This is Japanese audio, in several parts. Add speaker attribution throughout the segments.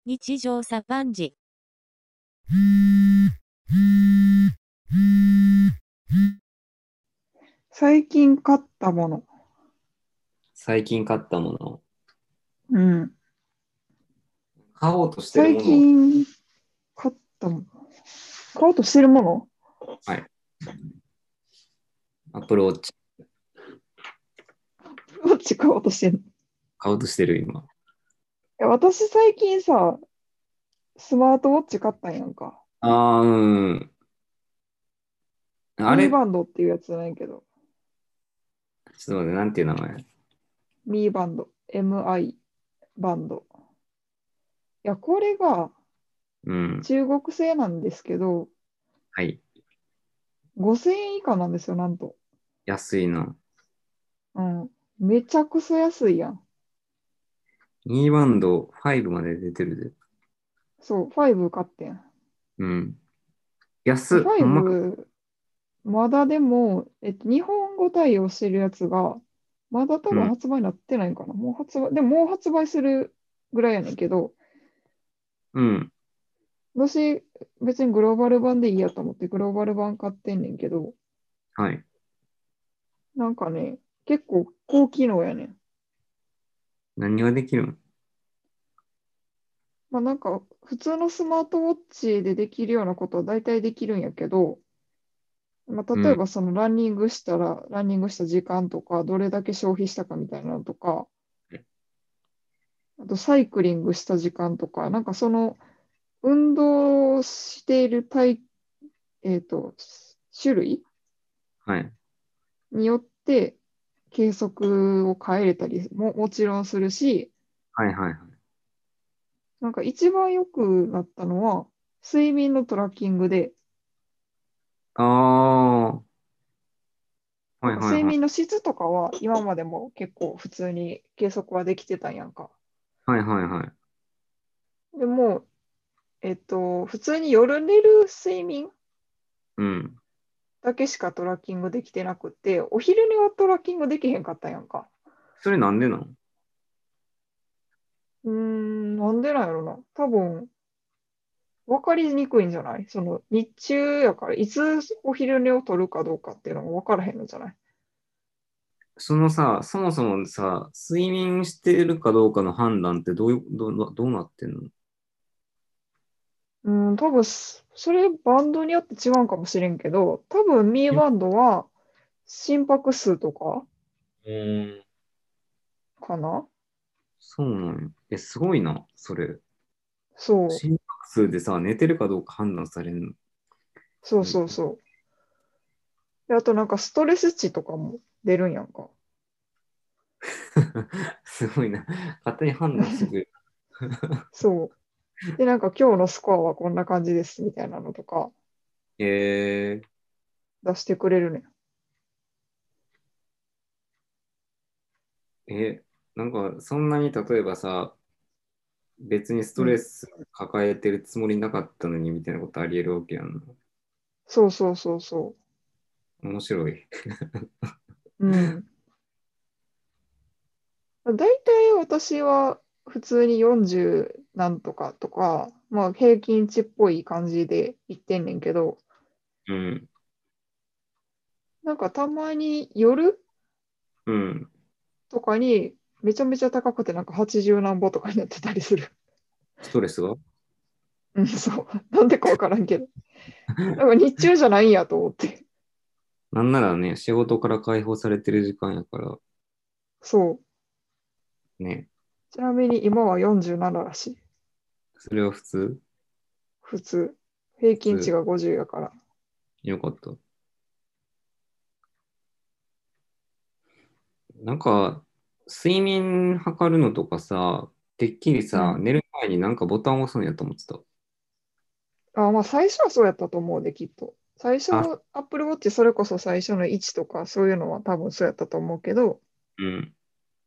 Speaker 1: 日常茶飯事。
Speaker 2: 最近買ったもの。
Speaker 3: 最近買ったもの。
Speaker 2: うん。
Speaker 3: 買おうとしてる
Speaker 2: 最
Speaker 3: もの。
Speaker 2: 近買ったもの。買おうとしてるもの。
Speaker 3: はい。アップルウォッチ
Speaker 2: どっち買おうとしてんの？
Speaker 3: 買おうとしてる今。
Speaker 2: 私最近さ、スマートウォッチ買ったんやんか。
Speaker 3: あー、うん。あ
Speaker 2: ミー
Speaker 3: れ、
Speaker 2: バンドっていうやつなんやけど。
Speaker 3: ちょっと待って、なんていう名前。
Speaker 2: ミーバンド。MI バンド。いや、これが
Speaker 3: うん。
Speaker 2: 中国製なんですけど、
Speaker 3: はい。
Speaker 2: 5000円以下なんですよ、なんと。
Speaker 3: 安いな。
Speaker 2: うん。めちゃくそ安いやん。
Speaker 3: 2バンド5まで出てるで。
Speaker 2: そう、5買ってん。
Speaker 3: うん。安っ。ほんまか。
Speaker 2: 5、まだでも、日本語対応してるやつが、まだ多
Speaker 3: うん。
Speaker 2: 分発売になってないんかな。もう発売、でももう発売するぐらいやねんけど、
Speaker 3: うん。
Speaker 2: 私、別にグローバル版でいいやと思ってグローバル版買ってんねんけど、
Speaker 3: はい。
Speaker 2: なんかね、結構高機能やねん。
Speaker 3: 何ができるの？
Speaker 2: まあなんか、普通のスマートウォッチでできるようなことは大体できるんやけど、まあ、
Speaker 3: うん。
Speaker 2: 例えばそのランニングしたら、ランニングした時間とか、どれだけ消費したかみたいなのとか、あとサイクリングした時間とか、なんかその運動しているえっと、種類
Speaker 3: はい。
Speaker 2: によって計測を変えれたりもちろんするし、
Speaker 3: はいはいはい。
Speaker 2: なんか一番良くなったのは、睡眠のトラッキングで、
Speaker 3: あー。
Speaker 2: なんか
Speaker 3: はいはいはい。
Speaker 2: 睡眠の質とかは今までも結構普通に計測はできてたんやんか。
Speaker 3: はいはいはい。
Speaker 2: でも、普通に夜寝る睡眠
Speaker 3: うん。
Speaker 2: だけしかトラッキングできてなくて、お昼寝はトラッキングできへんかったんやんか。
Speaker 3: それなんでなの？
Speaker 2: なんでなんやろな。多分、わかりにくいんじゃない？その、日中やから、いつお昼寝を取るかどうかっていうのがわからへんのじゃない？
Speaker 3: そのさ、そもそもさ、睡眠してるかどうかの判断ってどうなってんの？
Speaker 2: 多分、それバンドによって違うかもしれんけど、多分ミーバンドは心拍数とか
Speaker 3: うーん。
Speaker 2: かな。
Speaker 3: そうなんや。すごいな、それ。
Speaker 2: そう、
Speaker 3: 心拍数でさ、寝てるかどうか判断されるの。
Speaker 2: そうそうそう。で、あとなんかストレス値とかも出るんやんか。
Speaker 3: すごいな。勝手に判断してくれる。
Speaker 2: そう。で、なんか今日のスコアはこんな感じですみたいなのとか
Speaker 3: え
Speaker 2: 出してくれるねん。
Speaker 3: なんか、そんなに例えばさ、別にスト
Speaker 2: うん。
Speaker 3: レス抱えてるつもりなかったのにみたいなことあり得るわけやんな。
Speaker 2: そうそうそうそ
Speaker 3: 面白い。
Speaker 2: う。うん。大体私は普通に40なんとかとか、まあ平均値っぽい感じで言ってんねんけど、
Speaker 3: うん。
Speaker 2: なんかたまに夜
Speaker 3: うん。
Speaker 2: とかにめちゃめちゃ高くてなんか80何歩とかになってたりする。
Speaker 3: ストレスが。
Speaker 2: うん、そう。なんでかわからんけど。なんか日中じゃないんやと思って。
Speaker 3: なんならね、仕事から解放されてる時間やから
Speaker 2: そう。
Speaker 3: ね、
Speaker 2: ちなみに今は47らしい。
Speaker 3: それは普通。
Speaker 2: 普通。平
Speaker 3: 普通。
Speaker 2: 均値が50やから。
Speaker 3: よかった。なんか、睡眠測るのとかさ、てっきりさ、
Speaker 2: うん。
Speaker 3: 寝る前になんかボタンを押すんやと思ってた。
Speaker 2: あ、まあ最初はそうやったと思うで、きっと。最初、
Speaker 3: あ、
Speaker 2: Apple Watch それこそ最初の位置とかそういうのは多分そうやったと思うけど、
Speaker 3: うん。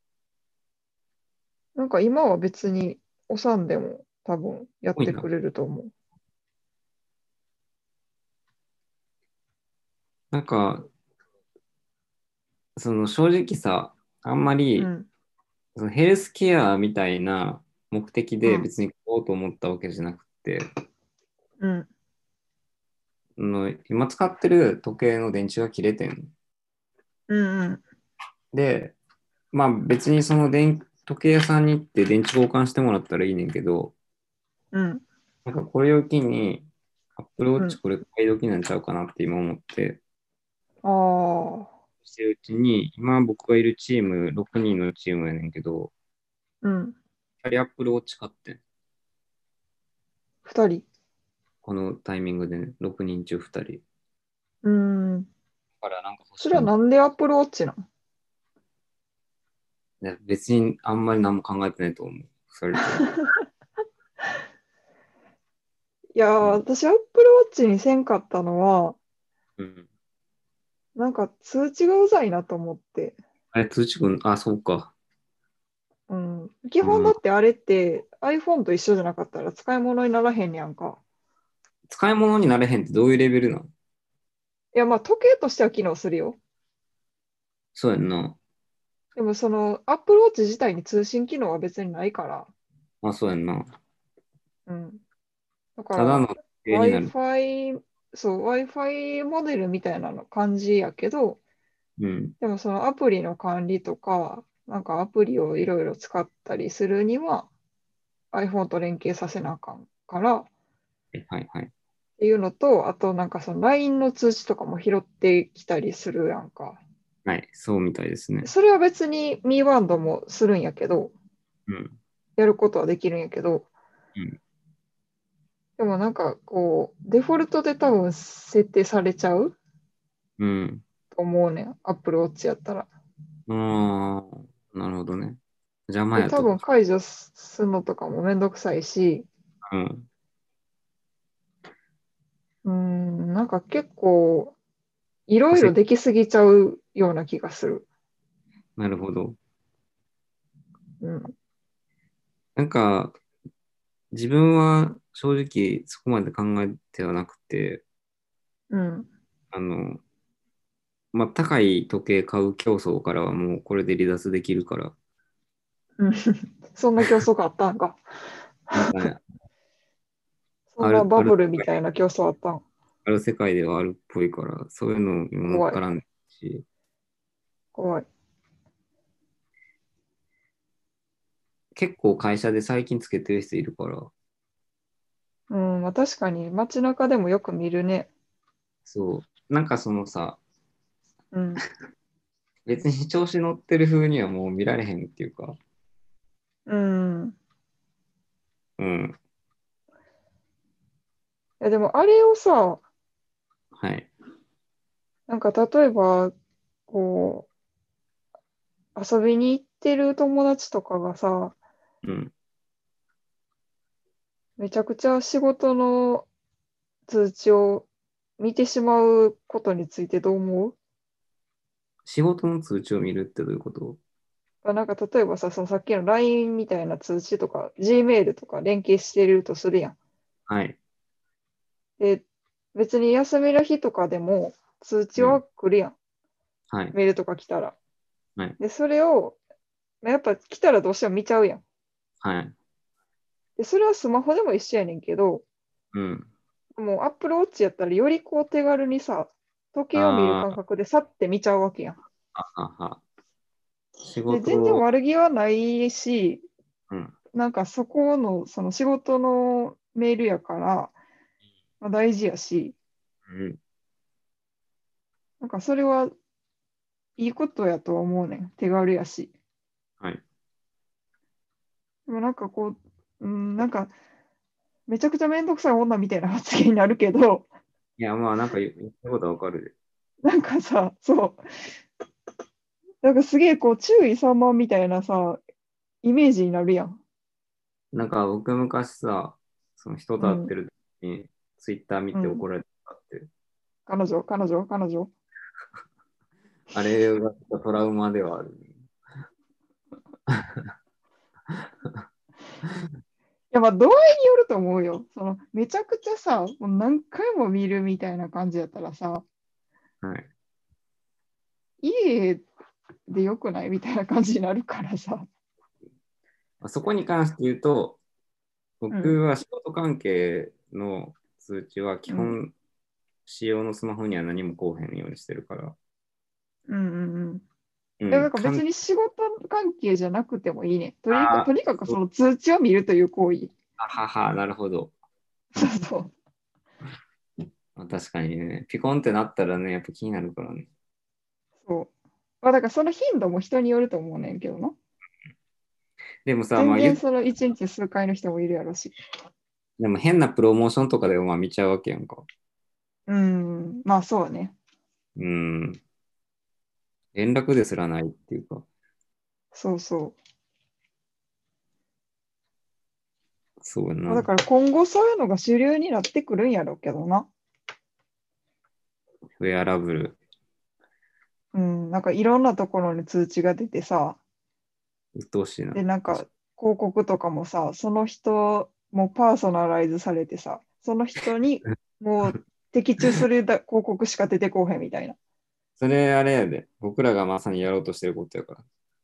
Speaker 2: なんか今は別に押さんでも多分やっ
Speaker 3: 多いな。
Speaker 2: てくれると思う。
Speaker 3: なんか、その正直さ、あんまり、
Speaker 2: うん。
Speaker 3: そのヘルスケアみたいな目的
Speaker 2: うん。
Speaker 3: で別に買おおうと思ったわけじゃなくて、
Speaker 2: うん。
Speaker 3: 今使ってる時計の電池が切れてん。
Speaker 2: うんうん。
Speaker 3: で、まあ別にその時計屋さんに行って電池交換してもらったらいいねんけど、
Speaker 2: うん。
Speaker 3: なんかこれを機に、Apple
Speaker 2: う
Speaker 3: Watch
Speaker 2: ん。
Speaker 3: これ買い時なんちゃうかなって今思って、
Speaker 2: ああ。
Speaker 3: してるうちに、今僕がいるチーム、6人のチームやねんけど、
Speaker 2: うん。
Speaker 3: 2人 Apple Watch 買ってん。
Speaker 2: 二人。
Speaker 3: このタイミングでね、6人中2人。
Speaker 2: うん。
Speaker 3: だからなんか欲し
Speaker 2: それは
Speaker 3: くなっ
Speaker 2: なんでアップルウォッチなの？
Speaker 3: て、別にあんまり何も考えてないと思う。それとも。
Speaker 2: いやー、
Speaker 3: うん。
Speaker 2: 私アップルウォッチにせんかったのは、
Speaker 3: うん。
Speaker 2: なんか通知がうざいなと思って。
Speaker 3: あれ、通知くん、あ、そうか。
Speaker 2: うん。基本だ
Speaker 3: うん。
Speaker 2: ってあれって iPhone と一緒じゃなかったら使い物にならへんやんか。
Speaker 3: 使い物になれへんってどういうレベルなの？
Speaker 2: いや、まあ時計としては機能するよ。
Speaker 3: そうやんな。
Speaker 2: でもその Apple Watch 自体に通信機能は別にないから。
Speaker 3: あ、そうやんな。
Speaker 2: うん。だから
Speaker 3: ただの時計になる。
Speaker 2: Wi-Fi、そう、Wi-Fi モデルみたいなの感じやけど、
Speaker 3: うん。
Speaker 2: でもそのアプリの管理とか、なんかアプリをいろいろ使ったりするには iPhone と連携させなあかんからっ
Speaker 3: はいはい。
Speaker 2: ていうのと、あとなんかその LINE の通知とかも拾ってきたりするやんか。
Speaker 3: はい、そうみたいですね。
Speaker 2: それは別に Mi Band もするんやけど、
Speaker 3: うん。
Speaker 2: やることはできるんやけど、
Speaker 3: うん。
Speaker 2: でもなんかこう、デフォルトで多分設定されちゃう
Speaker 3: うん。
Speaker 2: と思うねん。Apple Watch やったら。
Speaker 3: ああ、なるほどね。邪魔
Speaker 2: で、
Speaker 3: やと。
Speaker 2: 多分解除するのとかもめんどくさいし、
Speaker 3: うん。
Speaker 2: なんか結構いろいろ
Speaker 3: 汗、
Speaker 2: できすぎちゃうような気がする。
Speaker 3: なるほど。
Speaker 2: うん。
Speaker 3: なんか、自分は正直そこまで考えてはなくて、
Speaker 2: うん。
Speaker 3: あの、まあ、高い時計買う競争からはもうこれで離脱できるから、
Speaker 2: うん。そんな競争があったんか。
Speaker 3: なんかね、
Speaker 2: そんなバ
Speaker 3: ある、
Speaker 2: ブルみたいな競争あったん？
Speaker 3: ある世界ではあるっぽいから、そういうのにも乗っ
Speaker 2: 怖い。
Speaker 3: からんし、
Speaker 2: 怖い。
Speaker 3: 結構会社で最近つけてる人いるから、
Speaker 2: うん。まあ確かに街中でもよく見るね。
Speaker 3: そう、なんかそのさ、
Speaker 2: うん。
Speaker 3: 別に調子乗ってる風にはもう見られへんっていうか、
Speaker 2: うん。
Speaker 3: うん、
Speaker 2: いやでもあれをさ、
Speaker 3: はい、
Speaker 2: なんか例えば、こう、遊びに行ってる友達とかがさ、
Speaker 3: うん。
Speaker 2: めちゃくちゃ仕事の通知を見てしまうことについてどう思う？
Speaker 3: 仕事の通知を見るってどういうこと？
Speaker 2: なんか例えばさ、そのさっきの LINE みたいな通知とか、Gmail とか連携してるとするやん。
Speaker 3: はい、
Speaker 2: で、別に休みの日とかでも通知は
Speaker 3: うん、
Speaker 2: 来るやん。
Speaker 3: はい、
Speaker 2: メールとか来たら。
Speaker 3: はい、
Speaker 2: で、それを、まあやっぱ来たらどうしても見ちゃうやん。
Speaker 3: はい、
Speaker 2: で、それはスマホでも一緒やねんけど、
Speaker 3: うん。
Speaker 2: もう Apple Watch やったらよりこう手軽にさ、時計を見る感
Speaker 3: あー
Speaker 2: 覚でさって見ちゃうわけやん。
Speaker 3: は。仕
Speaker 2: で、全然
Speaker 3: 事、
Speaker 2: 悪気はないし、
Speaker 3: うん、
Speaker 2: なんかそこの、その仕事のメールやから、まあ、大事やし、
Speaker 3: うん、
Speaker 2: なんかそれはいいことやとは思うねん。手軽やし。
Speaker 3: はい。
Speaker 2: でもなんかこう、なんかめちゃくちゃめんどくさい女みたいな発言になるけど、
Speaker 3: いや、まあ、なんか言ったことはわかる
Speaker 2: なんかさ、そう、なんかすげえこう注意散漫みたいなさ、イメージになるやん。
Speaker 3: で。なんか僕昔さ、その人
Speaker 2: うん、
Speaker 3: と会ってる時に、ツイッター見
Speaker 2: うん。
Speaker 3: て怒られたって、
Speaker 2: 彼女。
Speaker 3: あれがトラウマではある。
Speaker 2: いや、まあ、度合いによると思うよ。その、めちゃくちゃさ、もう何回も見るみたいな感じやったらさ、
Speaker 3: はい。
Speaker 2: 家でよくないみたいな感じになるからさ。
Speaker 3: そこに関して言うと、
Speaker 2: うん、
Speaker 3: 僕は仕事関係の通知は基
Speaker 2: うん、
Speaker 3: 本、使用のスマホには何もこうへんようにしてるから。
Speaker 2: うん、うん。うん。でもな
Speaker 3: うん、
Speaker 2: んか別に仕事関係じゃなくてもいいね。と
Speaker 3: あ、
Speaker 2: にかく
Speaker 3: そう、
Speaker 2: その通知を見るという行為。
Speaker 3: あはは、なるほど。
Speaker 2: そうそう。
Speaker 3: まあ、確かにね、ピコンってなったらね、やっぱ気になるからね。
Speaker 2: そう。まあだからその頻度も人によると思うねんけどな。
Speaker 3: でもさ、まあ
Speaker 2: 全然その一日数回の人もいるやろし。
Speaker 3: でも変なプロモーションとかでもまあ見ちゃうわけやんか。
Speaker 2: うん、まあそうね。
Speaker 3: うん、連絡ですらないっていうか、
Speaker 2: そうそう。
Speaker 3: そうやな。
Speaker 2: まあだから今後そういうのが主流になってくるんやろうけどな。
Speaker 3: ウェアラブル、
Speaker 2: うん、なんかいろんなところに通知が出てさ、
Speaker 3: 鬱陶しいな。
Speaker 2: で、なんか
Speaker 3: 確か
Speaker 2: 広告とかもさ、その人もパーソナライズされてさ、その人にもう的中する広告しか出てこうへんみたいな。
Speaker 3: それあれやで、僕らがまさにやろうとしてることやから。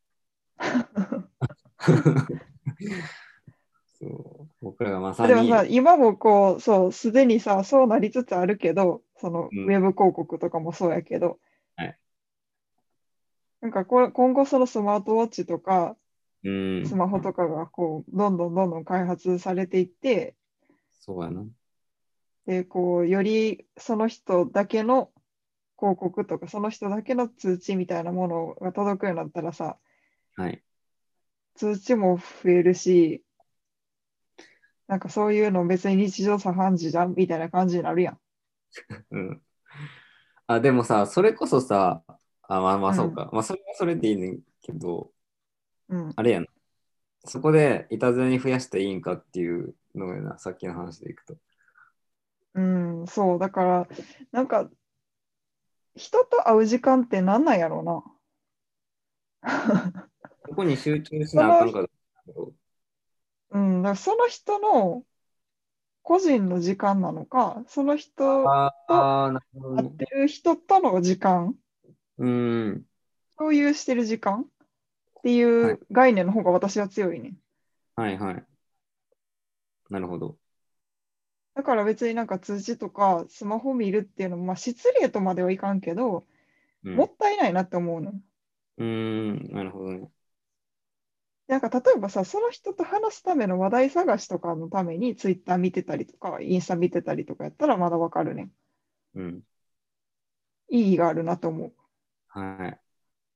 Speaker 3: そう、僕らがまさ
Speaker 2: でもさ、
Speaker 3: に、
Speaker 2: 今もこう、そう、すでにさ、そうなりつつあるけど、その
Speaker 3: うん、
Speaker 2: ウェブ広告とかもそうやけど、
Speaker 3: はい。
Speaker 2: なんかこれ今後そのスマートウォッチとか、
Speaker 3: うん、
Speaker 2: スマホとかがこう、どんどんどんどん開発されていって、
Speaker 3: そうやな。
Speaker 2: で、こう、よりその人だけの広告とか、その人だけの通知みたいなものが届くようになったらさ、
Speaker 3: はい。
Speaker 2: 通知も増えるし、なんかそういうの別に日常茶飯事じゃんみたいな感じになるやん。
Speaker 3: うん。あ、でもさ、それこそさ、あ、まあま
Speaker 2: うん、
Speaker 3: あそうか。まあそれはそれでいいねんけど、
Speaker 2: うん、
Speaker 3: あれやな。そこでいたずらに増やしていいんかっていうのやな、さっきの話でいくと。
Speaker 2: うん、そう。だから、なんか人と会う時間って何なんやろうな。
Speaker 3: そこに集中し
Speaker 2: その、
Speaker 3: なあかんかだけど、
Speaker 2: うん、だからその人の個人の時間なのか、その人と
Speaker 3: ああ、なるほどね。
Speaker 2: 会ってる人との時間、
Speaker 3: うーん。
Speaker 2: 共有してる時間ってい
Speaker 3: はい。
Speaker 2: う概念の方が私は強いね。
Speaker 3: はいはい。なるほど。
Speaker 2: だから別になんか通知とかスマホ見るっていうのも、まあ失礼とまではいかんけど、
Speaker 3: うん。
Speaker 2: もったいないなって思うの。
Speaker 3: うーん。なるほどね。
Speaker 2: なんか例えばさ、その人と話すための話題探しとかのためにツイッター見てたりとか、インスタ見てたりとかやったらまだわかるね。
Speaker 3: うん。
Speaker 2: 意義があるなと思う。
Speaker 3: はい。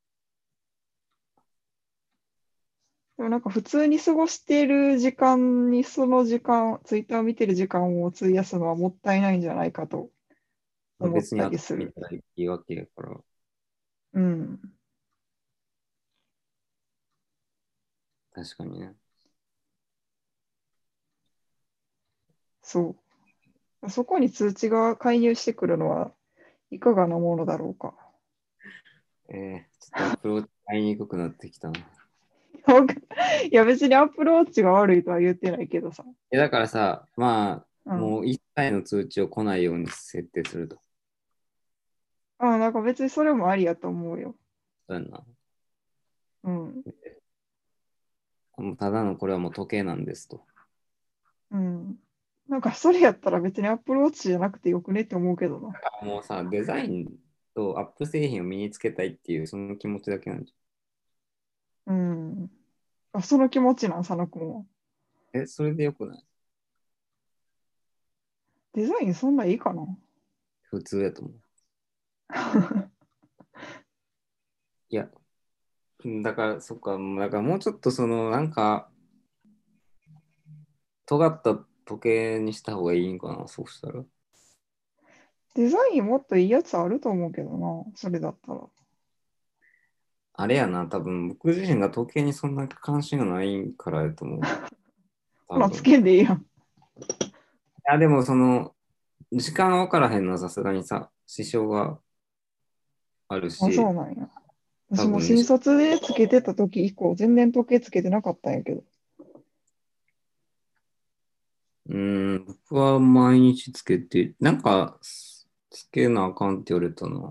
Speaker 2: でもなんか普通に過ごしている時間にその時間、ツイッターを見てる時間を費やすのはもったいないんじゃないかと思った
Speaker 3: まあ別に後
Speaker 2: りする。
Speaker 3: で見たらいいわけやから。
Speaker 2: うん。
Speaker 3: 確かにね。
Speaker 2: そう。そこに通知が介入してくるのはいかがなものだろうか。
Speaker 3: ちょっとアプローチ買いにくくなってきたな。
Speaker 2: いや別にアップルウォッチが悪いとは言ってないけどさ。
Speaker 3: だからさ、まあ、
Speaker 2: うん。
Speaker 3: もう一切の通知を来ないように設定すると。
Speaker 2: あ、なんか別にそれもありやと思うよ。
Speaker 3: そうやんな。
Speaker 2: うん。
Speaker 3: もうただのこれはもう時計なんですと。
Speaker 2: うん。なんかそれやったら別にアップルウォッチじゃなくてよくねって思うけどな。
Speaker 3: もうさ、デザインとアップ製品を身につけたいっていうその気持ちだけなんじ
Speaker 2: うん。あ、その気持ちなん、佐野くんは。
Speaker 3: ゃん。それでよくない？
Speaker 2: デザインそんないいかな。
Speaker 3: 普通やと思う。いや、だからそっか、だからもうちょっとそのなんか尖った時計にした方がいいんかな、そうしたら。
Speaker 2: デザインもっといいやつあると思うけどな。それだったら。
Speaker 3: あれやな、多分僕自身が時計にそんな関心がないからやと思う。
Speaker 2: ほな、つ
Speaker 3: 多分。
Speaker 2: けんでいいやん。
Speaker 3: でもその、時間分からへんのはさすがにさ、支障がある
Speaker 2: あ、そう
Speaker 3: し、
Speaker 2: なんや。私も
Speaker 3: 多分、
Speaker 2: 新卒でつけてた時以降、全然時計つけてなかったんやけど。
Speaker 3: 僕は毎日つけて、なんか、つけなあかんって言われたな、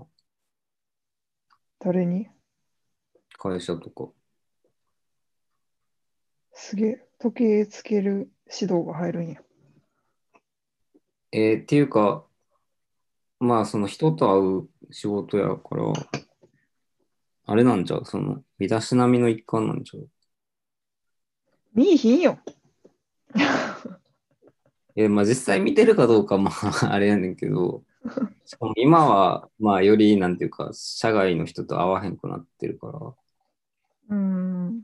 Speaker 2: 誰に？
Speaker 3: 会社とか。
Speaker 2: すげえ。 時計つける指導が入るんや。
Speaker 3: っていうか、まあその人と会う仕事やから、あれなんちゃうその、身だしなみの一環なんちゃう？
Speaker 2: 見いひんよ。
Speaker 3: まあ実際見てるかどうかまああれやねんけど、しかも今は、まあよりなんていうか、社外の人と会わへんくなってるから、
Speaker 2: うーん。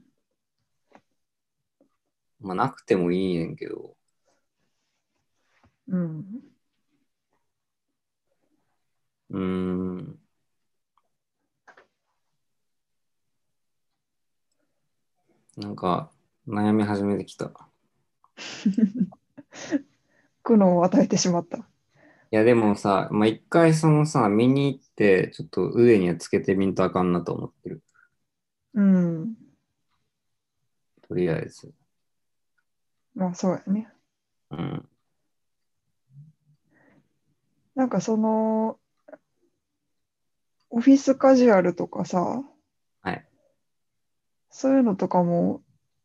Speaker 3: まあなくてもいいねんけど、
Speaker 2: うん。
Speaker 3: うーん、なんか悩み始めてきた。い
Speaker 2: 苦悩を与えてしまった。
Speaker 3: やでもさ、まあ一回そのさ、見に行って、ちょっと腕にはつけてみんとあかんなと思ってる。
Speaker 2: うん。
Speaker 3: とりあえず。
Speaker 2: まあ、そうやね。
Speaker 3: うん。
Speaker 2: なんかその、オフィスカジュアルとかさ、
Speaker 3: はい。
Speaker 2: そういうのとかも、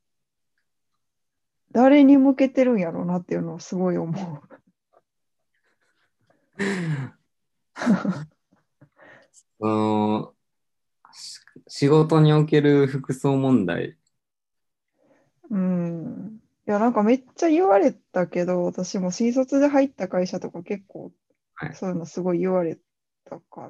Speaker 2: 誰に向けてるんやろうなっていうのをすごい思
Speaker 3: その、仕事における服装問題。
Speaker 2: う。うん。いや、なんかめっちゃ言われたけど、私も新卒で入った会社とか結構、
Speaker 3: はい。
Speaker 2: そういうのすごい言われたから、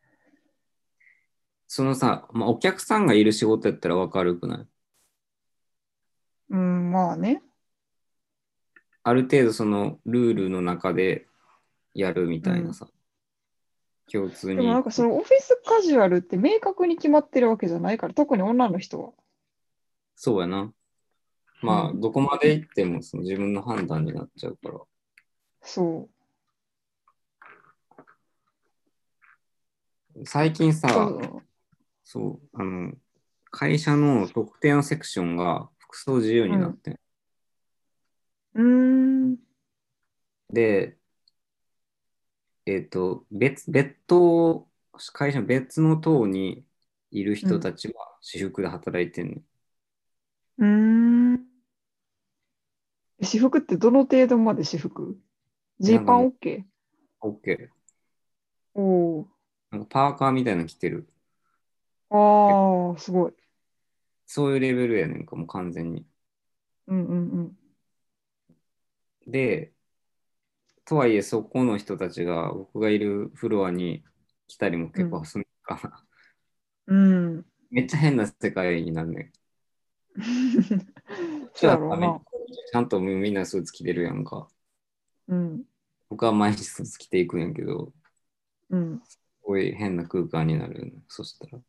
Speaker 3: そのさ、まあ、お客さんがいる仕事やったらわかるくない？
Speaker 2: うん、まあね。
Speaker 3: ある程度そのルールの中でやるみ
Speaker 2: うん。
Speaker 3: たいなさ、共通
Speaker 2: でもな
Speaker 3: に。
Speaker 2: んかそのオフィスカジュアルって明確に決まってるわけじゃないから、特に女の人は。
Speaker 3: そうやな。まあ、
Speaker 2: うん。
Speaker 3: どこまで行ってもその自分の判断になっちゃうから。
Speaker 2: そ
Speaker 3: 最近
Speaker 2: う。
Speaker 3: さ、そう、会社の特定のセクションが服装自由
Speaker 2: うん。
Speaker 3: になってん。
Speaker 2: うーん。
Speaker 3: で、別途、会社の別の棟にいる
Speaker 2: うん。
Speaker 3: 人たちは私服で働いてんねん。
Speaker 2: うーん。私服ってどの程度まで私服？ジーパン
Speaker 3: なんかもう、
Speaker 2: OK？
Speaker 3: OK。
Speaker 2: おお
Speaker 3: なんかパーカーみたいなの着てる。
Speaker 2: ー。
Speaker 3: え
Speaker 2: ああ、すごい。
Speaker 3: そういうレベルやねんか、もう完全に。
Speaker 2: うんうんうん。
Speaker 3: で、とはいえ、そこの人たちが僕がいるフロアに来たりも
Speaker 2: うん。
Speaker 3: 結構するから、
Speaker 2: うん。
Speaker 3: めっちゃ変な世界になるねん。こっち
Speaker 2: そう
Speaker 3: はさめっち
Speaker 2: やろうな。
Speaker 3: ゃんとみんなスーツ着てるやんか。
Speaker 2: うん。
Speaker 3: 僕は毎日スーツ着ていくんやけど、
Speaker 2: うん。
Speaker 3: すごい変な空間になるよね。そしたら。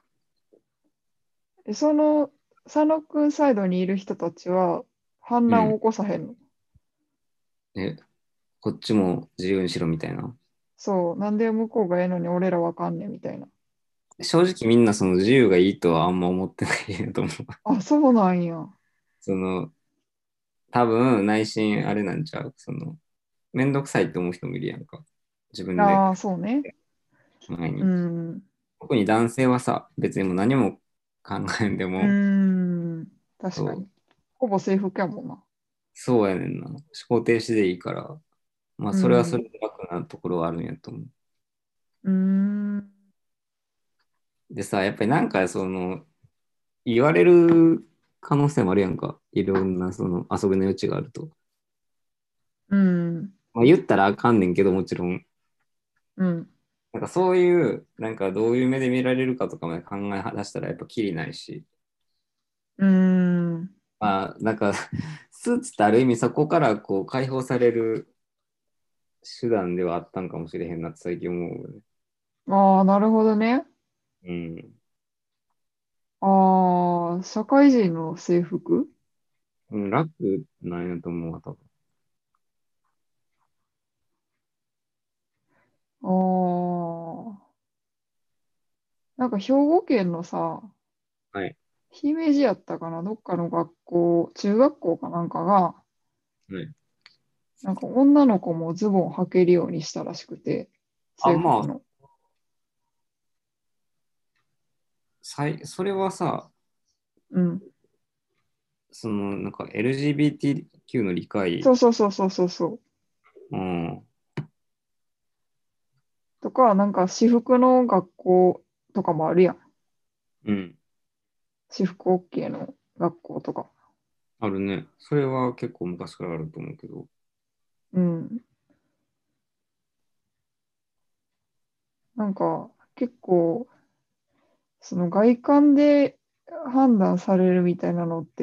Speaker 2: その、佐野くんサイドにいる人たちは反
Speaker 3: うん。
Speaker 2: 乱を起こさへんの？
Speaker 3: え、こっちも自由にしろみたいな。
Speaker 2: そう。なんで向こうがええのに俺らわかんねんみたいな。
Speaker 3: 正直みんなその自由がいいとはあんま思ってないと思う。
Speaker 2: あ、そうなんや。
Speaker 3: その、多分内心あれなんちゃう。その、めんどくさいって思う人もいるやんか。自分で
Speaker 2: ああ、そうね。う
Speaker 3: 前に。
Speaker 2: ん。
Speaker 3: 特に男性はさ、別にもう何も考えんで
Speaker 2: う
Speaker 3: も、
Speaker 2: ん。確かに。
Speaker 3: そう、
Speaker 2: ほぼ制服やもんな。
Speaker 3: そうやねんな。思考停止でいいから、まあ
Speaker 2: う
Speaker 3: それはそれ
Speaker 2: ん。
Speaker 3: で楽なところはあるんやと思う。
Speaker 2: うん。
Speaker 3: でさ、やっぱりなんかその、言われる可能性もあるやんか。いろんなその遊びの余地があると。
Speaker 2: うん。
Speaker 3: まあ言ったらあかんねんけど、もちろん。
Speaker 2: うん。
Speaker 3: なんかそういう、なんかどういう目で見られるかとかまで考え出したらやっぱきりないし。
Speaker 2: うん。
Speaker 3: まあなんかスーツってある意味そこからこう解放される手段ではあったんかもしれへんなって最近思うよね。
Speaker 2: ああ、なるほどね。
Speaker 3: うん。
Speaker 2: ああ、社会人の制服。
Speaker 3: うん、楽なんやと思うわ、多分。
Speaker 2: ああ、なんか兵庫県のさ、
Speaker 3: はい。
Speaker 2: 姫路やったかな、どっかの学校、中学校かなんかが、
Speaker 3: はい。
Speaker 2: なんか女の子もズボン履けるようにしたらしくて、
Speaker 3: あ、まあ、
Speaker 2: 制服の。
Speaker 3: それはさ、
Speaker 2: うん。
Speaker 3: その、なんか LGBTQ の理解、
Speaker 2: そうそうそうそうそうそう。
Speaker 3: うん、
Speaker 2: とか、なんか私服の学校とかもあるやん。
Speaker 3: うん、
Speaker 2: 私服 OK の学校とか。
Speaker 3: あるね。それは結構昔からあると思うけど。
Speaker 2: うん。なんか結構、その外観で判断されるみたいなのって、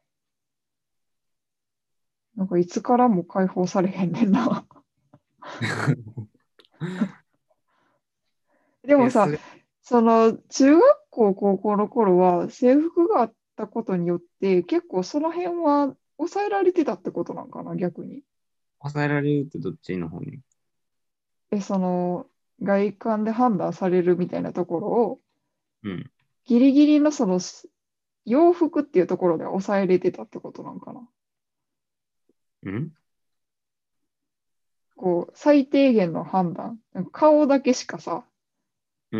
Speaker 2: なんかいつからも解放されへんねんな。でも
Speaker 3: え、
Speaker 2: さ、
Speaker 3: それ、
Speaker 2: その中学校、高校の頃は制服があったことによって結構その辺は抑えられてたってことなんかな、逆に。
Speaker 3: 抑えられるってどっちの方に？
Speaker 2: その外観で判断されるみたいなところを
Speaker 3: うん。
Speaker 2: ギリギリのその洋服っていうところで抑えれてたってことなんかな。
Speaker 3: うん。
Speaker 2: こう、最低限の判断。なんか顔だけしかさ、
Speaker 3: うん。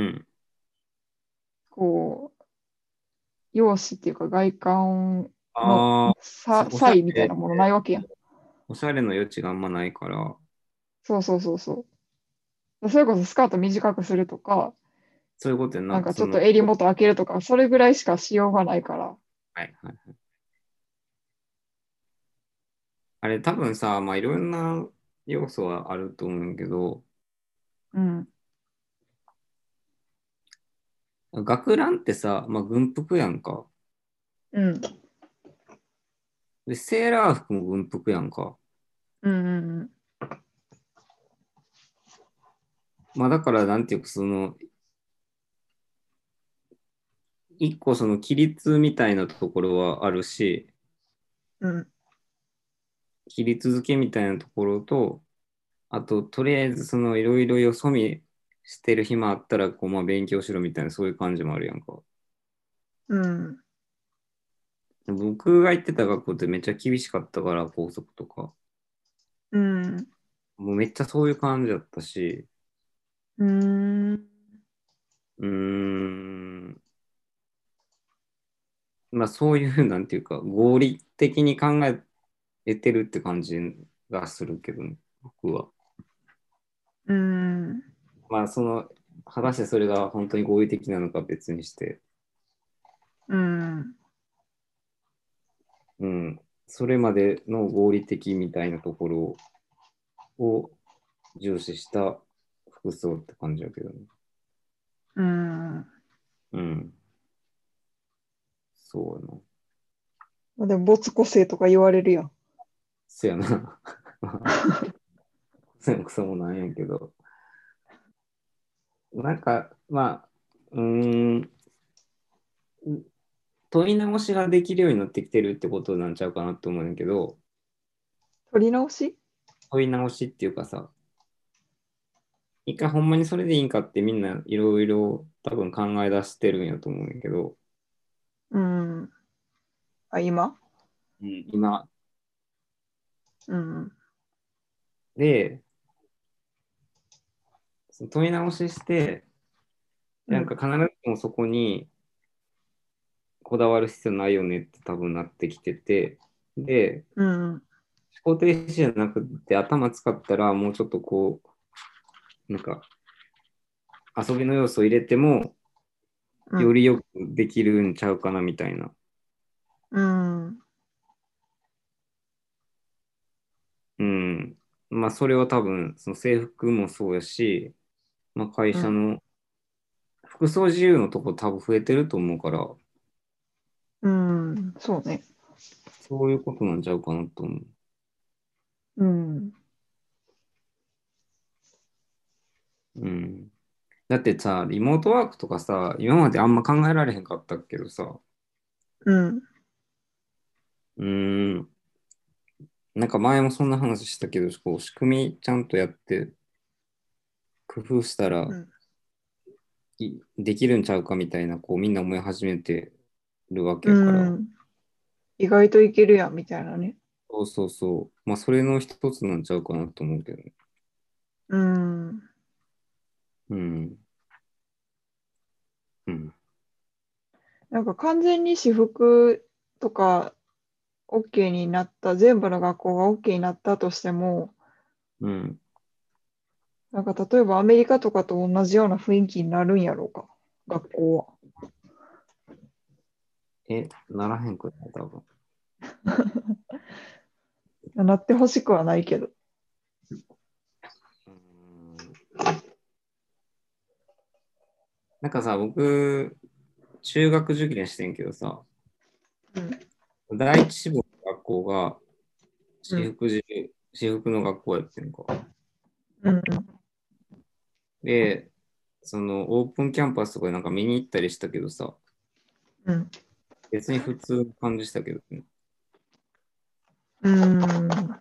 Speaker 2: こう、容姿っていうか外観の
Speaker 3: ああ、おしゃ
Speaker 2: 差異みたい
Speaker 3: れ、
Speaker 2: なものないわけやん。
Speaker 3: おしゃれの余地があんまないから、
Speaker 2: そうそうそうそう。それこそスカート短くするとか、
Speaker 3: そういうことやな。
Speaker 2: なんかちょっと襟元開けるとか、それぐらいしかしようがないから。
Speaker 3: はいはい。あれ多分さ、まあいろんな要素はあると思うんやけど、
Speaker 2: うん。
Speaker 3: 学ランってさ、まあ軍服やんか。
Speaker 2: うん。
Speaker 3: で、セーラー服も軍服やんか。
Speaker 2: うんうんうん。
Speaker 3: まあだからなんていうか、一個その規律みたいなところはあるし、
Speaker 2: うん。
Speaker 3: 規律付けみたいなところと、あと、とりあえずそのいろいろよそ見してる暇あったら、こう、まあ勉強しろみたいな、そういう感じもあるやんか。
Speaker 2: うん。
Speaker 3: 僕が行ってた学校ってめっちゃ厳しかったから、校則とか。
Speaker 2: うん。
Speaker 3: もうめっちゃそういう感じだったし、
Speaker 2: うん。
Speaker 3: うーん、まあそういう、なんていうか、合理的に考えてるって感じがするけどね、僕は。
Speaker 2: うん。
Speaker 3: まあ果たしてそれが本当に合理的なのか別にして、
Speaker 2: うん。
Speaker 3: うん、それまでの合理的みたいなところを重視した服装って感じだけどね。
Speaker 2: うん。
Speaker 3: うん、そうやな。
Speaker 2: まあでも、没個性とか言われるやん。
Speaker 3: せやな。せやもクソもなんやけど。なんか、まあ、問い直しができるようになってきてるってことなんちゃうかなと思うんだけど、
Speaker 2: 取り直し。
Speaker 3: 問い直しっていうかさ、一回ほんまにそれでいいんかってみんないろいろ多分考え出してるんやと思うんやけど、
Speaker 2: うん。あ、今。
Speaker 3: うん、今
Speaker 2: うん。
Speaker 3: で、その問い直しして、
Speaker 2: うん。
Speaker 3: なんか必ずしもそこにこだわる必要ないよねって多分なってきてて、で、
Speaker 2: うん。
Speaker 3: 思考停止じゃなくて頭使ったらもうちょっとこう、なんか遊びの要素を入れても
Speaker 2: うん。
Speaker 3: よりよくできるんちゃうかなみたいな。
Speaker 2: うん。
Speaker 3: うん。まあそれは多分その制服もそうやし、まあ会
Speaker 2: うん。
Speaker 3: 社の服装自由のとこ多分増えてると思うから、
Speaker 2: うん。そうね。
Speaker 3: そういうことなんちゃうかなと思う。
Speaker 2: うん。
Speaker 3: うん。だってさ、リモートワークとかさ、今まであんま考えられへんかったけどさ、
Speaker 2: うん。
Speaker 3: うーん、なんか前もそんな話したけど、こう仕組みちゃんとやって工夫したら
Speaker 2: うん。
Speaker 3: できるんちゃうかみたいな、こうみんな思い始めてるわけ
Speaker 2: う
Speaker 3: やから、
Speaker 2: ん。意外といけるやん、みたいなね。
Speaker 3: そうそうそう、まあそれの一つなんちゃうかなと思うけどね。
Speaker 2: うん。
Speaker 3: うん、うん、
Speaker 2: なんか完全に私服とか OK になった、全部の学校が OK になったとしても、
Speaker 3: うん。
Speaker 2: なんか例えばアメリカとかと同じような雰囲気になるんやろうか、学校は。
Speaker 3: ならへんくない多分。
Speaker 2: なってほしくはないけど。
Speaker 3: うーんなんかさ、僕、中学受験してんけどさ、
Speaker 2: うん。
Speaker 3: 第一志望の学校が
Speaker 2: うん。
Speaker 3: 私服の学校やってんか。
Speaker 2: うん。
Speaker 3: で、そのオープンキャンパスとかでなんか見に行ったりしたけどさ、
Speaker 2: うん。
Speaker 3: 別に普通の感じしたけどね。
Speaker 2: うん。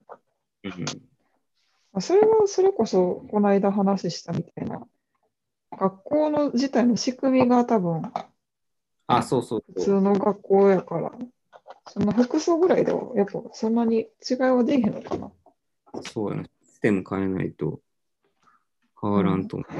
Speaker 3: うん。
Speaker 2: それは、それこそ、この間話したみたいな、学校の自体の仕組みが多分、
Speaker 3: あ、そうそう
Speaker 2: 普
Speaker 3: そ
Speaker 2: 通の学校やから、そんな服装ぐらいでは、やっぱそんなに違いは出えへんのかな。
Speaker 3: う。そうやな。システム変えないと変
Speaker 2: うん。
Speaker 3: わらんと思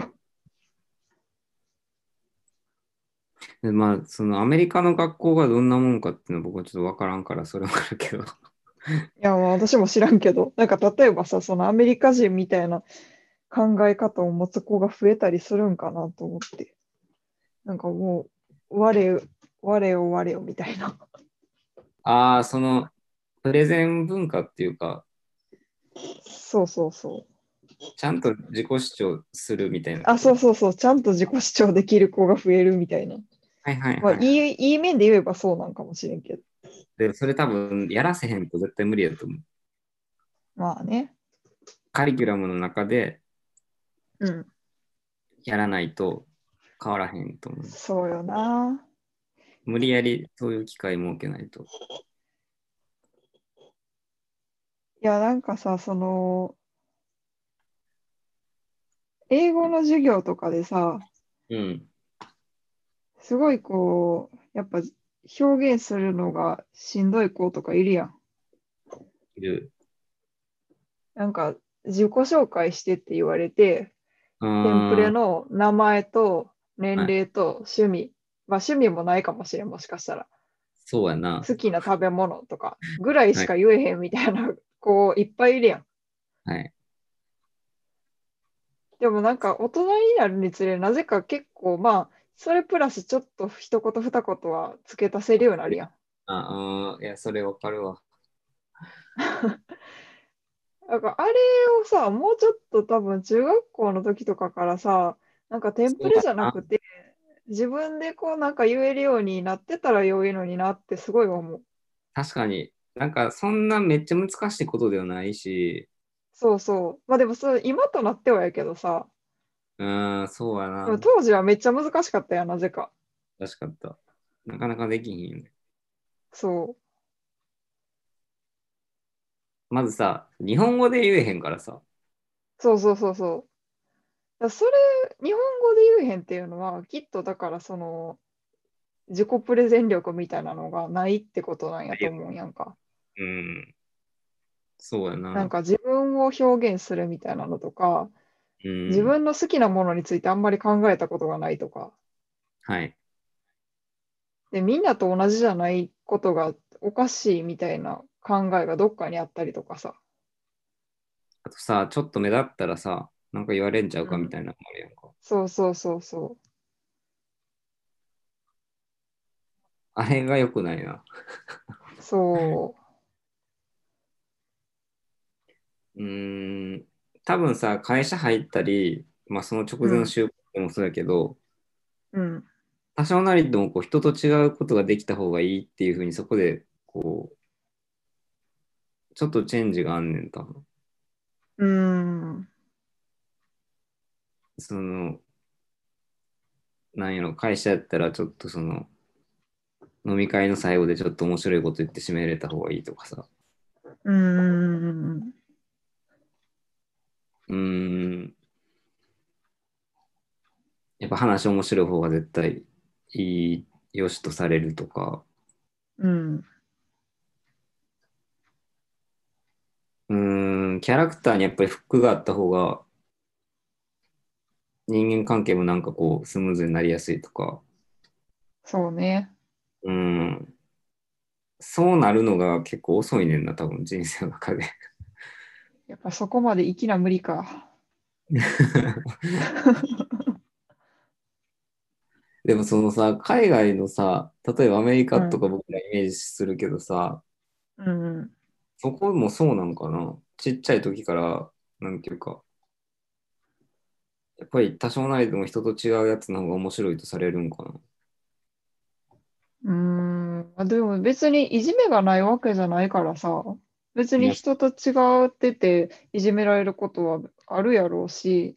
Speaker 3: う。で、まあ、そのアメリカの学校がどんなもんかっていうのは僕はちょっとわからんから、それはあるけど。
Speaker 2: いや、まあ私も知らんけど、なんか例えばさ、そのアメリカ人みたいな考え方を持つ子が増えたりするんかなと思って。なんかもう、我よ我よみたいな。
Speaker 3: ああ、その、プレゼン文化っていうか、
Speaker 2: そうそうそう。
Speaker 3: ちゃんと自己主張するみたいなこ
Speaker 2: あ、
Speaker 3: と。
Speaker 2: そうそうそう。ちゃんと自己主張できる子が増えるみたいな。
Speaker 3: はいはい
Speaker 2: まあ、
Speaker 3: はいはい。
Speaker 2: いい面で言えばそうなんかもしれんけど。
Speaker 3: で、それ多分やらせへんと絶対無理やと思う。
Speaker 2: まあね。
Speaker 3: カリキュラムの中で
Speaker 2: うん。
Speaker 3: やらないと変わらへんと思う。
Speaker 2: そうよな。
Speaker 3: 無理やりそういう機会設けないと。
Speaker 2: いや、なんかさ、その、英語の授業とかでさ、
Speaker 3: うん。
Speaker 2: すごいこう、やっぱ表現するのがしんどい子とかいるやん。
Speaker 3: いる。
Speaker 2: なんか、自己紹介してって言われて、テンプレ
Speaker 3: あ
Speaker 2: の名前と
Speaker 3: あ、はい。
Speaker 2: 年齢と趣味。まあ趣味もないかもしれん、もしかしたら。
Speaker 3: そうやな。
Speaker 2: 好きな食べ物とかぐらいし
Speaker 3: はい。
Speaker 2: か言えへんみたいな子いっぱいいるやん。
Speaker 3: はい。
Speaker 2: でもなんか大人になるにつれ、なぜか結構まあ、それプラスちょっと一言二言は付け足せるようになるやん。
Speaker 3: いや、それわかるわ。
Speaker 2: なんかあれをさ、もうちょっと多分中学校の時とかからさ、なんかテン
Speaker 3: そう
Speaker 2: プレじゃな
Speaker 3: やな。
Speaker 2: くて、自分でこうなんか言えるようになってたら良いのになってすごい思う。
Speaker 3: 確かに。なんか、そんなめっちゃ難しいことではないし、
Speaker 2: そうそう。まあでもそう、今となってはやけどさ、
Speaker 3: そうやな。
Speaker 2: でも当時はめっちゃ難しかったやん、なぜか。
Speaker 3: 確かった。なかなかできひんよね。
Speaker 2: そう。
Speaker 3: まずさ、日本語で言えへんからさ。
Speaker 2: そうそうそうそう。それ、日本語で言えへんっていうのは、きっとだからその、自己プレゼン力みたいなのがないってことなんやと思うんやんか。
Speaker 3: うん、そうやな。
Speaker 2: なんか自分を表現するみたいなのとか、
Speaker 3: うん、
Speaker 2: 自分の好きなものについてあんまり考えたことがないとか、
Speaker 3: はい。
Speaker 2: で、みんなと同じじゃないことがおかしいみたいな考えがどっかにあったりとかさ。
Speaker 3: あとさ、ちょっと目立ったらさ、なんか言われんちゃう
Speaker 2: うん。
Speaker 3: かみたいなのもあるやんか。
Speaker 2: そうそうそうそ
Speaker 3: あれが良くないな。
Speaker 2: う。そ
Speaker 3: うーん、多分さ、会社入ったり、まあその直
Speaker 2: う。うん。
Speaker 3: 前の就活でもそうやけど、
Speaker 2: うん。
Speaker 3: 多少なりともこう人と違うことができた方がいいっていうふうにそこで、こう、ちょっとチェンジがあんねん、多分。
Speaker 2: うん。
Speaker 3: その、なんやろ、会社やったらちょっとその、飲み会の最後でちょっと面白いこと言って締めれた方がいいとかさ。
Speaker 2: うん。
Speaker 3: うーん、やっぱ話面白い方が絶対いい、よしとされるとか。
Speaker 2: うん。
Speaker 3: キャラクターにやっぱりフックがあった方が人間関係もなんかこうスムーズになりやすいとか。
Speaker 2: そうね。
Speaker 3: うん。 そうなるのが結構遅いねんな、多分人生の中で。
Speaker 2: やっぱそこまで生きな無理か。
Speaker 3: でもそのさ、海外のさ、例えばアメリカと
Speaker 2: うん。
Speaker 3: か僕らイメージするけどさ、
Speaker 2: うんうん。
Speaker 3: そこもそうなのかな、ちっちゃい時から、なんていうか、やっぱり多少なりとも人と違うやつの方が面白いとされるんかな。
Speaker 2: でも別にいじめがないわけじゃないからさ、別に
Speaker 3: まあ、
Speaker 2: 人と違ってていじめられることはあるやろうし、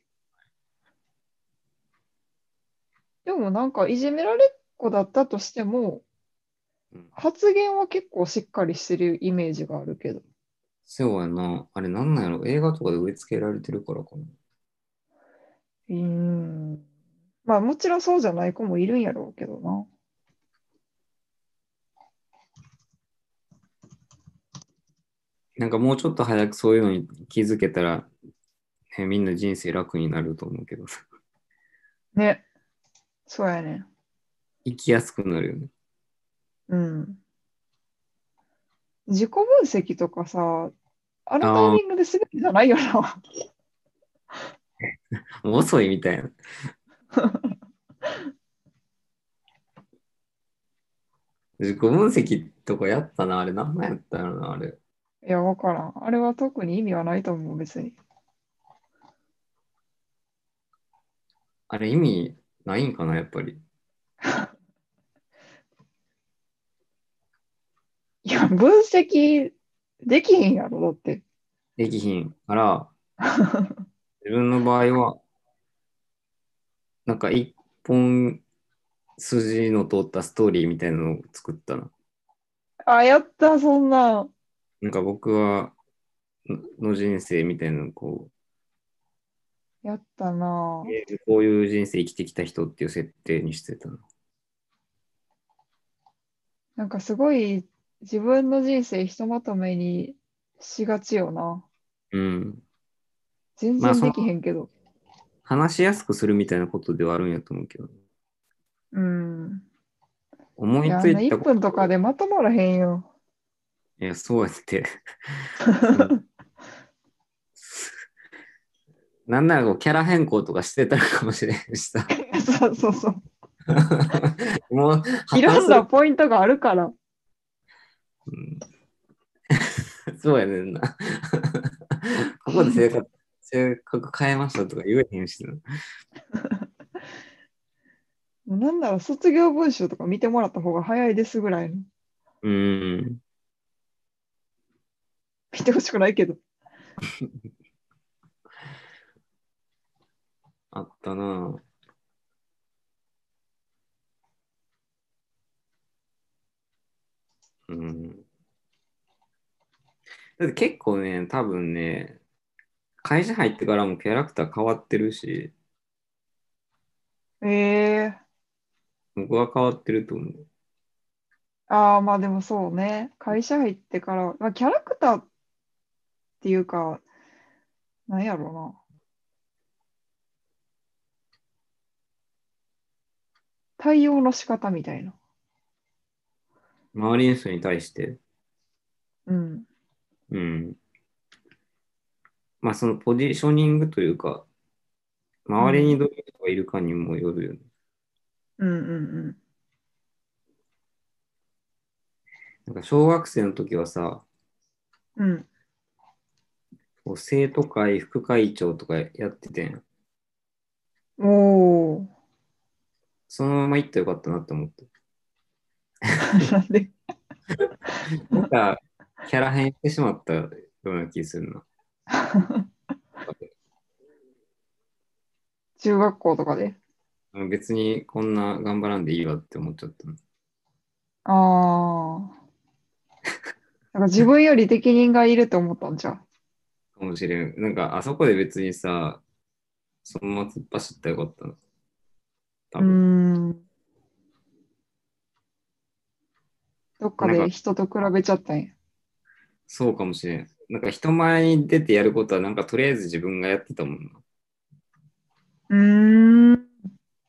Speaker 2: でもなんかいじめられっ子だったとしても、
Speaker 3: うん、
Speaker 2: 発言は結構しっかりしてるイメージがあるけど。
Speaker 3: そうやな。あれなんなんやろ、映画とかで植え付けられてるからかな。
Speaker 2: うーん。まあもちろんそうじゃない子もいるんやろうけどな。
Speaker 3: なんかもうちょっと早くそういうのに気づけたら、ね、みんな人生楽になると思うけど、
Speaker 2: ね。そうやね。
Speaker 3: 生きやすくなるよね。
Speaker 2: うん。自己分析とかさ、あのタイ
Speaker 3: あ
Speaker 2: ミングで全てじゃないよな。
Speaker 3: あ、遅いみたいな。自己分析とかやったな、あれ。何なんやったのな、あれ。
Speaker 2: いや、わからん。あれは特に意味はないと思う、別に。
Speaker 3: あれ意味ないんかな、やっぱり。
Speaker 2: いや、分析できへんやろ、だって。
Speaker 3: できひんから、自分の場合は、なんか一本筋の通ったストーリーみたいなのを作ったな。
Speaker 2: あ、やった、そんなん。
Speaker 3: なんか僕は、の人生みたいなのをこ
Speaker 2: やったな。
Speaker 3: こういう人生生きてきた人っていう設定にしてたな。
Speaker 2: なんかすごい自分の人生ひとまとめにしがちよな。
Speaker 3: うん。
Speaker 2: 全
Speaker 3: まあ、
Speaker 2: 然できへんけど。
Speaker 3: 話しやすくするみたいなことではあるんやと思うけど、
Speaker 2: うん。
Speaker 3: 思い
Speaker 2: いや、あんな1
Speaker 3: ついたこ
Speaker 2: 分とかでまとまらへんよ。
Speaker 3: と、いや、そうやって、そんなんならこうキャラ変更とかしてたのかもしれんしさ。
Speaker 2: そうそうそう。
Speaker 3: もう破
Speaker 2: いろんな
Speaker 3: 綻する。
Speaker 2: ポイントがあるから。
Speaker 3: うん、そうやねんな。ここで性格変えましたとか言えへんしな。
Speaker 2: なんなら卒業文集とか見てもらった方が早いですぐらいの。
Speaker 3: うん。
Speaker 2: 見てほしくないけど。
Speaker 3: あったな。うん。だって結構ね、多分ね、会社入ってからもキャラクター変わってるし、
Speaker 2: ええ、
Speaker 3: 僕は変わってると思う。
Speaker 2: ああ、まあでもそうね。会社入ってから、まあ、キャラクターっていうか、なんやろうな。対応の仕方みたいな。
Speaker 3: 周りの人に対して、
Speaker 2: うん。
Speaker 3: うん。まあそのポジショニングというか、周りに
Speaker 2: うん。
Speaker 3: どういう人がいるかにもよるよね。
Speaker 2: うんうん
Speaker 3: なんか小学生の時はさ、
Speaker 2: うん。うん。
Speaker 3: こう生徒会副会長とかやっててん。
Speaker 2: おー。
Speaker 3: そのまま行ったらよかったなって思って。
Speaker 2: なんで、
Speaker 3: なんか、キャラ変してしまったような気するな。
Speaker 2: 中学校とかで。
Speaker 3: 別にこんな頑張らんでいいわって思っちゃったの。
Speaker 2: ああ。なんか自分より適任がいると思ったんじゃん。
Speaker 3: かもしれん。なんか、あそこで別にさ、そのまま突っ走ったらよかったな。多
Speaker 2: うー
Speaker 3: 分。
Speaker 2: ん。どっか
Speaker 3: なんか、
Speaker 2: で人と比べちゃったんや。
Speaker 3: そうかもしれん。なんか人前に出てやることは、なんかとりあえず自分がやってたもんな。
Speaker 2: うーん。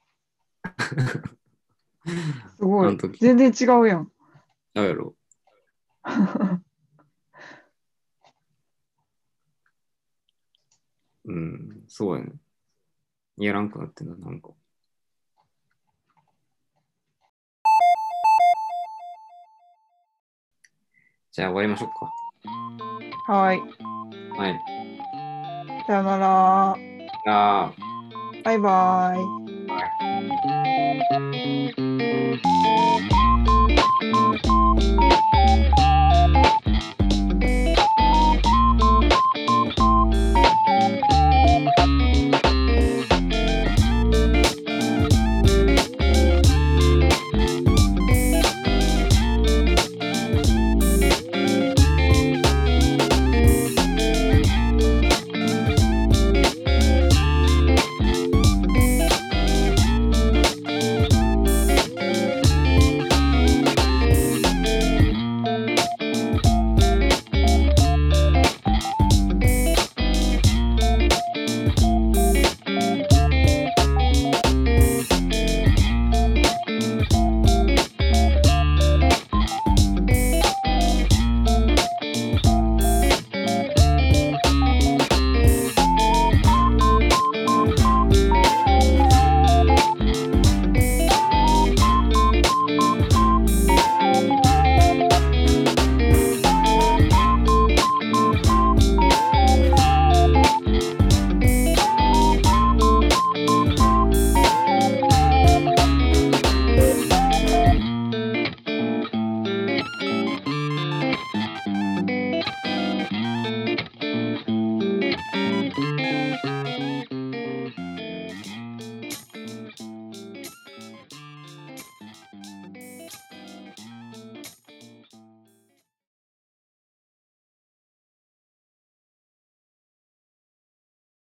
Speaker 2: すごい。
Speaker 3: あの時。
Speaker 2: 全然違うやん。
Speaker 3: あうやろ。 うん、そうやね。やらんくなってんな、なんか。じゃあ終わりましょう
Speaker 2: はい。
Speaker 3: か。はい。
Speaker 2: さよなら。
Speaker 3: あ
Speaker 2: バイバイ。